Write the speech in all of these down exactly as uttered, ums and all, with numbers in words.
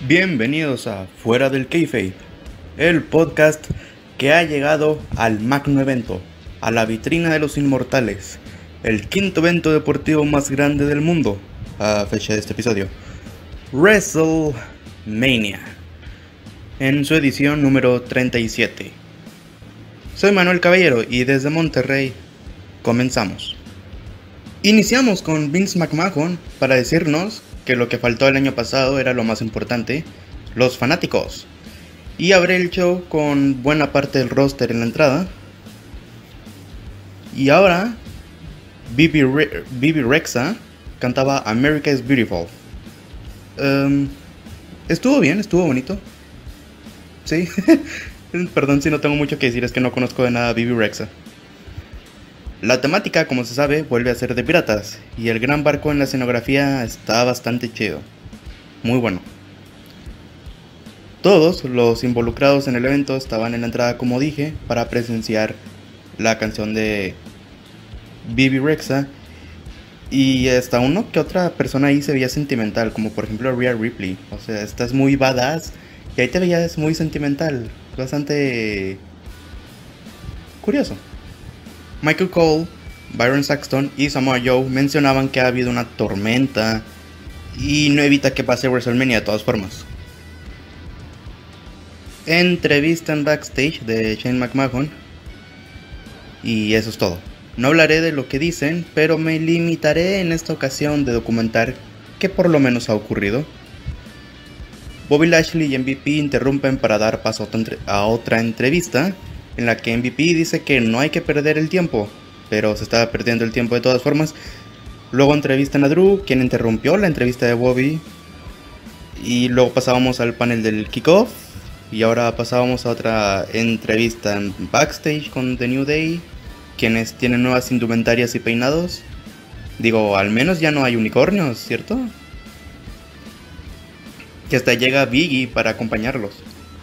Bienvenidos a Fuera del Kayfabe, el podcast que ha llegado al magno evento, a la vitrina de los inmortales, el quinto evento deportivo más grande del mundo, a fecha de este episodio, WrestleMania, en su edición número treinta y siete. Soy Manuel Caballero y desde Monterrey comenzamos. Iniciamos con Vince McMahon para decirnos que lo que faltó el año pasado era lo más importante, los fanáticos. Y abre el show con buena parte del roster en la entrada. Y ahora Bibi, Re- Bibi Rexha cantaba America is Beautiful. Um, estuvo bien, estuvo bonito. Sí. Perdón si no tengo mucho que decir, es que no conozco de nada a Bibi Rexha. La temática, como se sabe, vuelve a ser de piratas, y el gran barco en la escenografía está bastante chido. Muy bueno. Todos los involucrados en el evento estaban en la entrada, como dije, para presenciar la canción de Bibi Rexha, y hasta uno que otra persona ahí se veía sentimental, como por ejemplo Rhea Ripley. O sea, estás muy badass, y ahí te veías muy sentimental, bastante curioso. Michael Cole, Byron Saxton y Samoa Joe mencionaban que ha habido una tormenta y no evita que pase WrestleMania de todas formas. Entrevista en backstage de Shane McMahon y eso es todo. No hablaré de lo que dicen, pero me limitaré en esta ocasión de documentar qué por lo menos ha ocurrido. Bobby Lashley y M V P interrumpen para dar paso a otra entrevista, en la que M V P dice que no hay que perder el tiempo, pero se estaba perdiendo el tiempo de todas formas. Luego entrevistan a Drew, quien interrumpió la entrevista de Bobby, y luego pasábamos al panel del kickoff, y ahora pasábamos a otra entrevista en backstage con The New Day, quienes tienen nuevas indumentarias y peinados. Digo, al menos ya no hay unicornios, ¿cierto? Que hasta llega Biggie para acompañarlos.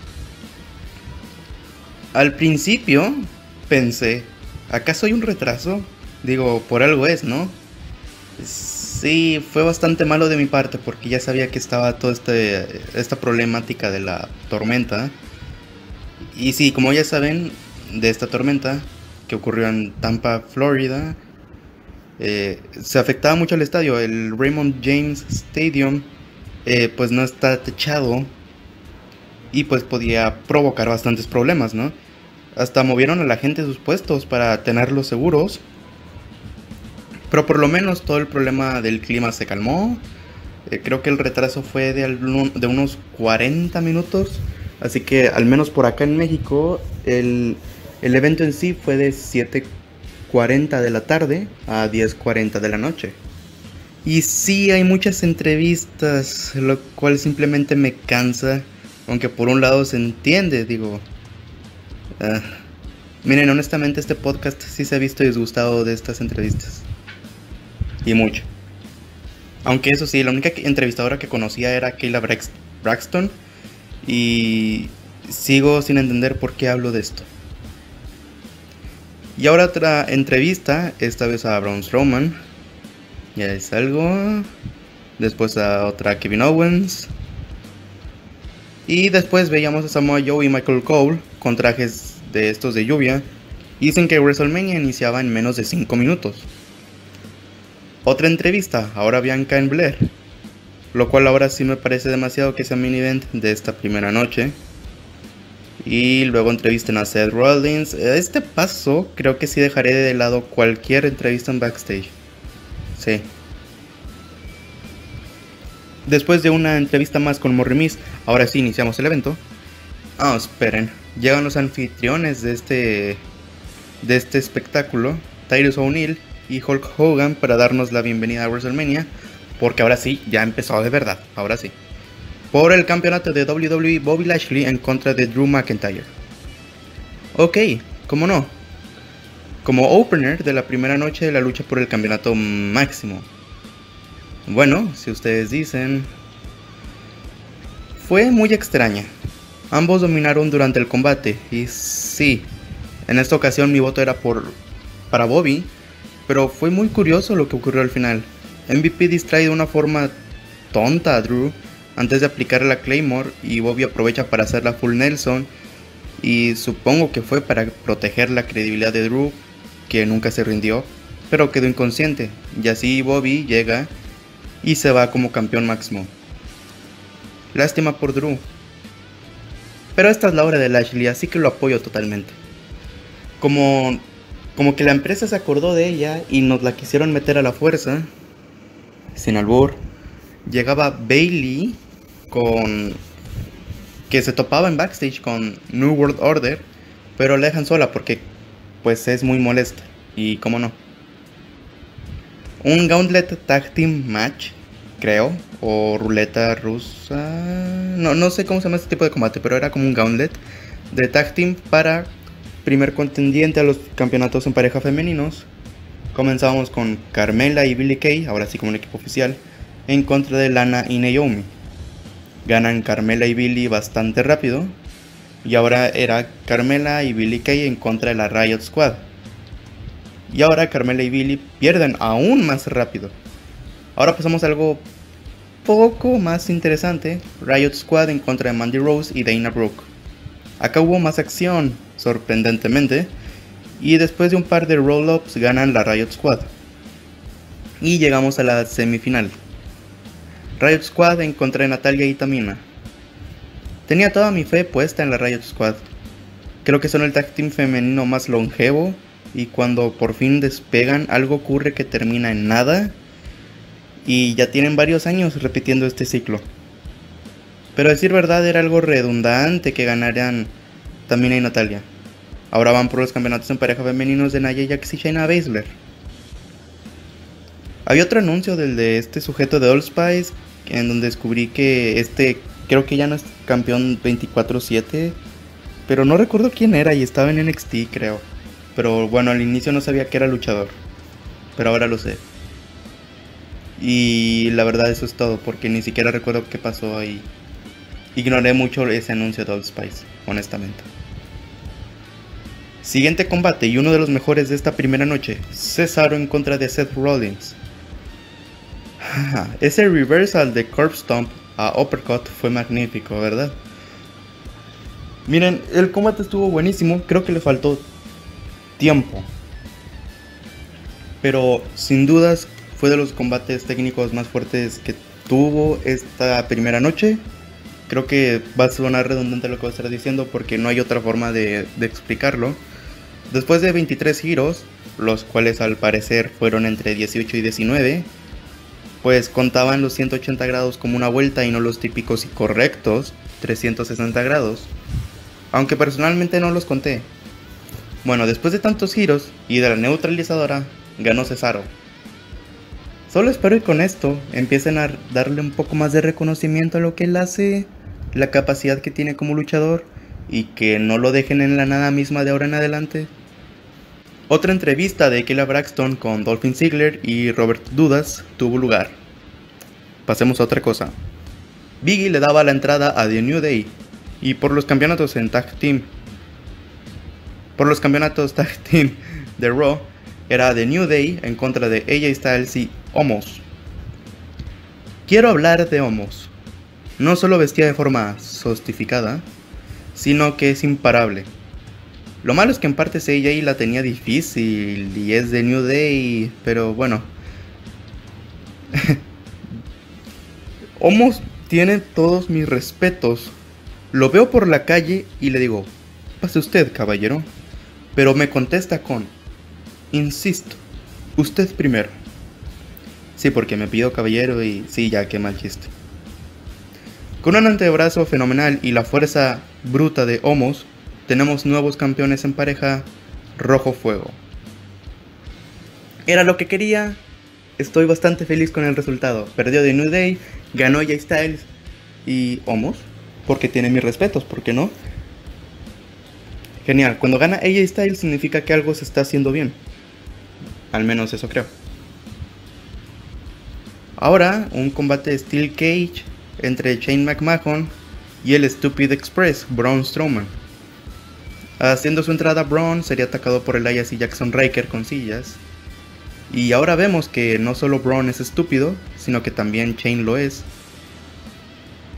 Al principio pensé, ¿acaso hay un retraso? Digo, por algo es, ¿no? Sí, fue bastante malo de mi parte porque ya sabía que estaba toda este, esta problemática de la tormenta. Y sí, como ya saben, de esta tormenta que ocurrió en Tampa, Florida, eh, se afectaba mucho el estadio. El Raymond James Stadium eh, pues no está techado y pues podía provocar bastantes problemas, ¿no? Hasta movieron a la gente de sus puestos para tenerlos seguros. Pero por lo menos todo el problema del clima se calmó. Eh, creo que el retraso fue de, algún, de unos cuarenta minutos. Así que al menos por acá en México el, el evento en sí fue de siete cuarenta de la tarde a diez cuarenta de la noche. Y sí, hay muchas entrevistas, lo cual simplemente me cansa. Aunque por un lado se entiende, digo... Uh, miren, honestamente este podcast sí se ha visto disgustado de estas entrevistas. Y mucho. Aunque eso sí, la única entrevistadora que conocía era Kayla Brax- Braxton. Y sigo sin entender por qué hablo de esto. Y ahora otra entrevista, esta vez a Braun Strowman. Ya es algo. Después a otra Kevin Owens. Y después veíamos a Samoa Joe y Michael Cole con trajes de estos de lluvia. Y dicen que WrestleMania iniciaba en menos de cinco minutos. Otra entrevista, ahora Bianca en Blair. Lo cual ahora sí me parece demasiado que sea mini event de esta primera noche. Y luego entrevistan a Seth Rollins. A este paso creo que sí dejaré de lado cualquier entrevista en backstage. Sí. Después de una entrevista más con Morri Miz, ahora sí iniciamos el evento. Ah, oh, esperen. Llegan los anfitriones de este de este espectáculo, Titus O'Neil y Hulk Hogan, para darnos la bienvenida a WrestleMania, porque ahora sí, ya empezó de verdad, ahora sí. Por el campeonato de W W E, Bobby Lashley en contra de Drew McIntyre. Ok, cómo no. Como opener de la primera noche de la lucha por el campeonato máximo. Bueno, si ustedes dicen... Fue muy extraña. Ambos dominaron durante el combate. Y sí, en esta ocasión mi voto era por para Bobby. Pero fue muy curioso lo que ocurrió al final. M V P distrae de una forma tonta a Drew, antes de aplicar la Claymore, y Bobby aprovecha para hacer la Full Nelson, y supongo que fue para proteger la credibilidad de Drew, que nunca se rindió, pero quedó inconsciente, y así Bobby llega y se va como campeón máximo. Lástima por Drew, pero esta es la hora de Lashley, así que lo apoyo totalmente. Como, como que la empresa se acordó de ella y nos la quisieron meter a la fuerza, sin albur. Llegaba Bayley con... que se topaba en backstage con New World Order, pero la dejan sola porque pues es muy molesta, y cómo no. Un Gauntlet Tag Team Match, creo, o ruleta rusa, no, no sé cómo se llama este tipo de combate, pero era como un Gauntlet de Tag Team para primer contendiente a los campeonatos en pareja femeninos. Comenzamos con Carmella y Billie Kay, ahora sí como un equipo oficial, en contra de Lana y Naomi. Ganan Carmella y Billie bastante rápido, y ahora era Carmella y Billie Kay en contra de la Riot Squad. Y ahora Carmella y Billie pierden aún más rápido. Ahora pasamos a algo poco más interesante, Riot Squad en contra de Mandy Rose y Dana Brooke. Acá hubo más acción, sorprendentemente, y después de un par de roll-ups ganan la Riot Squad. Y llegamos a la semifinal. Riot Squad en contra de Natalya y Tamina. Tenía toda mi fe puesta en la Riot Squad. Creo que son el tag team femenino más longevo, y cuando por fin despegan algo ocurre que termina en nada, y ya tienen varios años repitiendo este ciclo. Pero a decir verdad era algo redundante que ganaran Tamina y Natalya. Ahora van por los campeonatos en pareja femeninos de Nia Jax y Shayna Baszler. Había otro anuncio del de este sujeto de Old Spice, en donde descubrí que este creo que ya no es campeón veinticuatro siete, pero no recuerdo quién era y estaba en N X T, creo. Pero bueno, al inicio no sabía que era luchador, pero ahora lo sé. Y la verdad eso es todo, porque ni siquiera recuerdo qué pasó ahí. Ignoré mucho ese anuncio de Old Spice, honestamente. Siguiente combate y uno de los mejores de esta primera noche, Cesaro en contra de Seth Rollins. Ese reversal de Curb Stomp a Uppercut fue magnífico, ¿verdad? Miren, el combate estuvo buenísimo, creo que le faltó tiempo, pero sin dudas fue de los combates técnicos más fuertes que tuvo esta primera noche. Creo que va a sonar redundante lo que voy a estar diciendo porque no hay otra forma de, de explicarlo. Después de veintitrés giros, los cuales al parecer fueron entre dieciocho y diecinueve, pues contaban los ciento ochenta grados como una vuelta y no los típicos y correctos trescientos sesenta grados, aunque personalmente no los conté. Bueno, después de tantos giros y de la neutralizadora, ganó Cesaro. Solo espero que con esto empiecen a darle un poco más de reconocimiento a lo que él hace, la capacidad que tiene como luchador, y que no lo dejen en la nada misma de ahora en adelante. Otra entrevista de Kayla Braxton con Dolphin Ziggler y Robert Dudas tuvo lugar. Pasemos a otra cosa. Biggie le daba la entrada a The New Day, y por los campeonatos en Tag Team, por los campeonatos Tag Team de Raw, era The New Day en contra de A J Styles y Omos. Quiero hablar de Omos. No solo vestía de forma sostificada, sino que es imparable. Lo malo es que en parte C J la tenía difícil y es de New Day, pero bueno. Omos tiene todos mis respetos. Lo veo por la calle y le digo, pase usted, caballero. Pero me contesta con, insisto, usted primero. Sí, porque me pido caballero y sí, ya, qué mal chiste. Con un antebrazo fenomenal y la fuerza bruta de Omos, tenemos nuevos campeones en pareja, Rojo Fuego. Era lo que quería, estoy bastante feliz con el resultado. Perdió The New Day, ganó A J Styles y Omos, porque tiene mis respetos, ¿por qué no? Genial, cuando gana A J Styles significa que algo se está haciendo bien. Al menos eso creo. Ahora, un combate de Steel Cage entre Shane McMahon y el Stupid Express, Braun Strowman. Haciendo su entrada, Braun sería atacado por Elias y Jackson Ryker con sillas. Y ahora vemos que no solo Braun es estúpido, sino que también Shane lo es.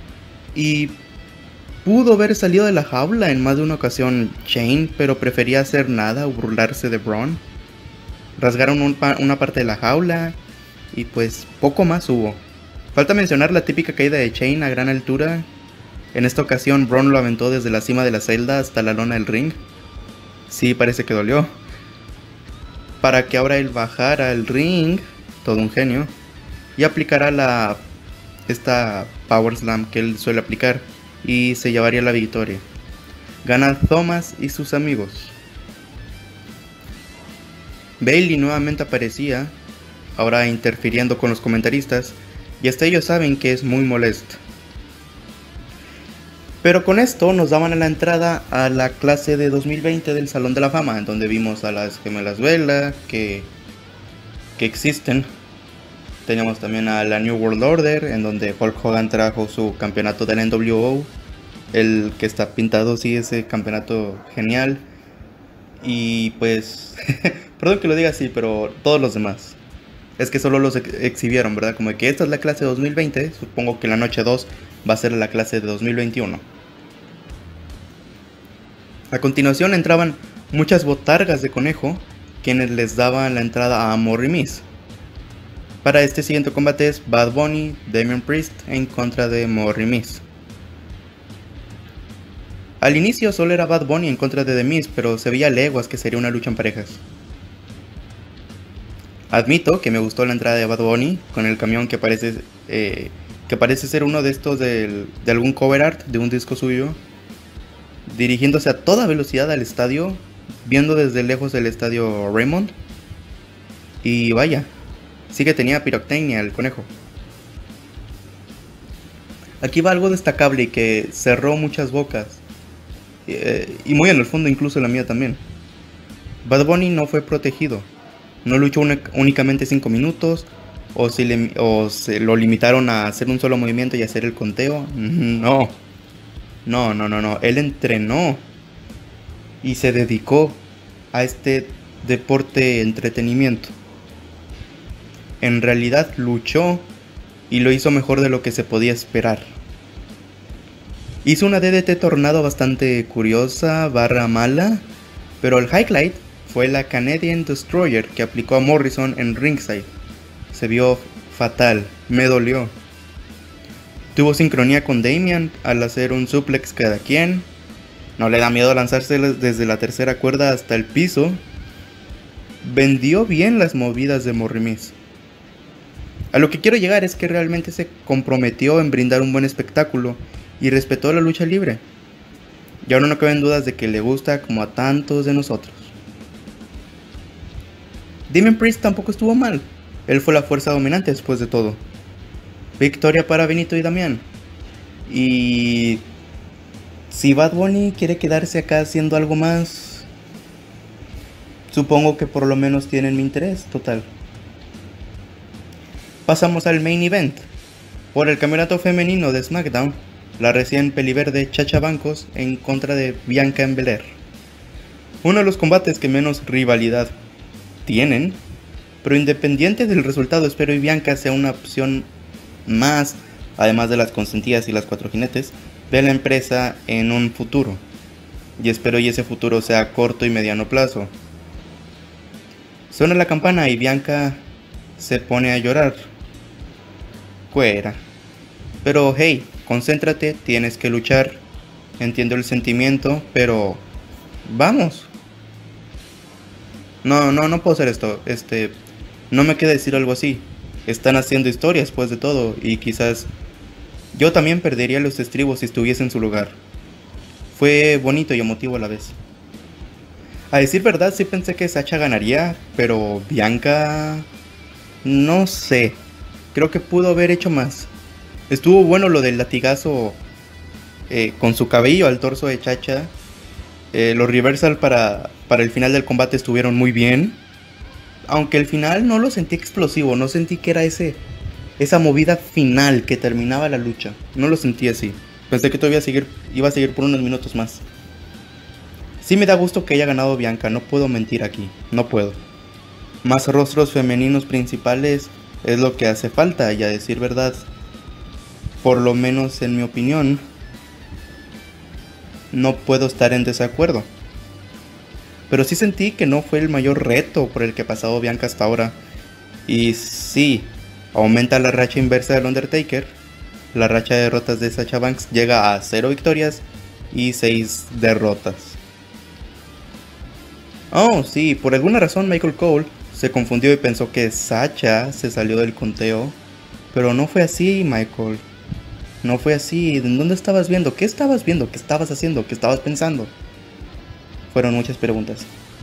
Y pudo haber salido de la jaula en más de una ocasión Shane, pero prefería hacer nada o burlarse de Braun. Rasgaron un pa una parte de la jaula y pues poco más hubo. Falta mencionar la típica caída de Shane a gran altura. En esta ocasión Braun lo aventó desde la cima de la celda hasta la lona del ring. Sí, parece que dolió. Para que ahora él bajara al ring, todo un genio, y aplicara la esta Power Slam que él suele aplicar y se llevaría la victoria. Gana Thomas y sus amigos. Bayley nuevamente aparecía, ahora interfiriendo con los comentaristas, y hasta ellos saben que es muy molesto. Pero con esto nos daban a la entrada a la clase de dos mil veinte del Salón de la Fama, en donde vimos a las gemelas Vela, que, que existen. Teníamos también a la New World Order, en donde Hulk Hogan trajo su campeonato del N W O, el que está pintado, sí, ese campeonato genial. Y pues, perdón que lo diga así, pero todos los demás. Es que solo los ex exhibieron, ¿verdad? Como que esta es la clase de dos mil veinte, supongo que la noche dos va a ser la clase de dos mil veintiuno. A continuación entraban muchas botargas de conejo, quienes les daban la entrada a Amor y Miz. Para este siguiente combate es Bad Bunny, Damian Priest en contra de Amor y Miz. Al inicio solo era Bad Bunny en contra de The Miz, pero se veía a leguas que sería una lucha en parejas. Admito que me gustó la entrada de Bad Bunny con el camión que parece, eh, que parece ser uno de estos del, de algún cover art de un disco suyo, dirigiéndose a toda velocidad al estadio, viendo desde lejos el estadio Raymond. Y vaya, sí que tenía pirotecnia el conejo. Aquí va algo destacable y que cerró muchas bocas, eh, y muy en el fondo incluso la mía también. Bad Bunny no fue protegido. No luchó únicamente cinco minutos, o, si le, o se lo limitaron a hacer un solo movimiento y hacer el conteo. No, no, no, no, no. Él entrenó y se dedicó a este deporte entretenimiento. En realidad luchó y lo hizo mejor de lo que se podía esperar. Hizo una D D T tornado bastante curiosa, barra mala, pero el highlight fue la Canadian Destroyer que aplicó a Morrison en ringside. Se vio fatal, me dolió. Tuvo sincronía con Damian al hacer un suplex cada quien. No le da miedo lanzarse desde la tercera cuerda hasta el piso. Vendió bien las movidas de Amor y Miz. A lo que quiero llegar es que realmente se comprometió en brindar un buen espectáculo y respetó la lucha libre. Y ahora no caben dudas de que le gusta como a tantos de nosotros. Damian Priest tampoco estuvo mal. Él fue la fuerza dominante después de todo. Victoria para Benito y Damián. Y si Bad Bunny quiere quedarse acá haciendo algo más, supongo que por lo menos tienen mi interés total. Pasamos al main event. Por el campeonato femenino de SmackDown, la recién peliverde Chacha Bancos en contra de Bianca Belair. Uno de los combates que menos rivalidad tienen, pero independiente del resultado, espero y Bianca sea una opción más, además de las consentidas y las cuatro jinetes, de la empresa en un futuro. Y espero y ese futuro sea a corto y mediano plazo. Suena la campana y Bianca se pone a llorar. Cuera. Pero hey, concéntrate, tienes que luchar. Entiendo el sentimiento, pero vamos. No, no, no puedo hacer esto. Este, no me queda decir algo así. Están haciendo historia después de todo y quizás yo también perdería los estribos si estuviese en su lugar. Fue bonito y emotivo a la vez. A decir verdad, sí pensé que Sacha ganaría, pero Bianca, no sé. Creo que pudo haber hecho más. Estuvo bueno lo del latigazo eh, con su cabello al torso de Chacha. Eh, los reversal para, para el final del combate estuvieron muy bien. Aunque el final no lo sentí explosivo. No sentí que era ese esa movida final que terminaba la lucha. No lo sentí así. Pensé que todavía seguir, iba a seguir por unos minutos más. Sí me da gusto que haya ganado Bianca. No puedo mentir aquí. No puedo. Más rostros femeninos principales es lo que hace falta. Y a decir verdad, por lo menos en mi opinión, no puedo estar en desacuerdo. Pero sí sentí que no fue el mayor reto por el que ha pasado Bianca hasta ahora. Y sí, aumenta la racha inversa del Undertaker. La racha de derrotas de Sasha Banks llega a cero victorias y seis derrotas. Oh, sí, por alguna razón Michael Cole se confundió y pensó que Sasha se salió del conteo. Pero no fue así, Michael. No fue así. ¿En dónde estabas viendo? ¿Qué estabas viendo? ¿Qué estabas haciendo? ¿Qué estabas pensando? Fueron muchas preguntas.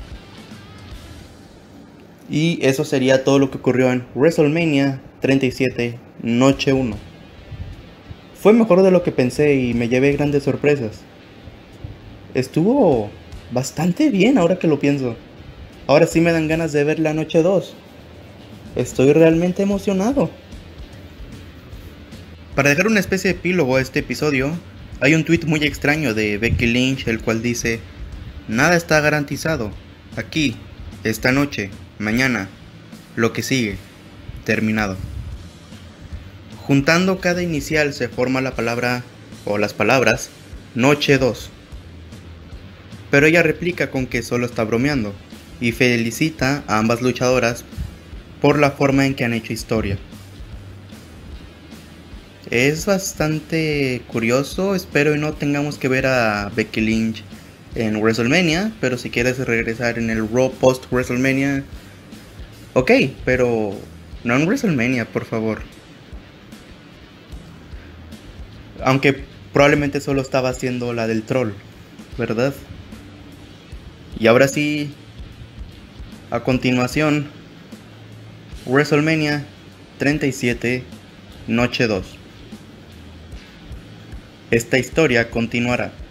Y eso sería todo lo que ocurrió en WrestleMania treinta y siete, Noche uno. Fue mejor de lo que pensé y me llevé grandes sorpresas. Estuvo bastante bien ahora que lo pienso. Ahora sí me dan ganas de ver la Noche dos. Estoy realmente emocionado. Para dejar una especie de epílogo a este episodio, hay un tweet muy extraño de Becky Lynch, el cual dice: nada está garantizado. Aquí, esta noche, mañana, lo que sigue, terminado. Juntando cada inicial se forma la palabra, o las palabras, Noche dos. Pero ella replica con que solo está bromeando, y felicita a ambas luchadoras por la forma en que han hecho historia. Es bastante curioso, espero y no tengamos que ver a Becky Lynch en WrestleMania, pero si quieres regresar en el Raw post WrestleMania, ok, pero no en WrestleMania, por favor. Aunque probablemente solo estaba haciendo la del troll, ¿verdad? Y ahora sí, a continuación, WrestleMania treinta y siete, Noche dos. Esta historia continuará.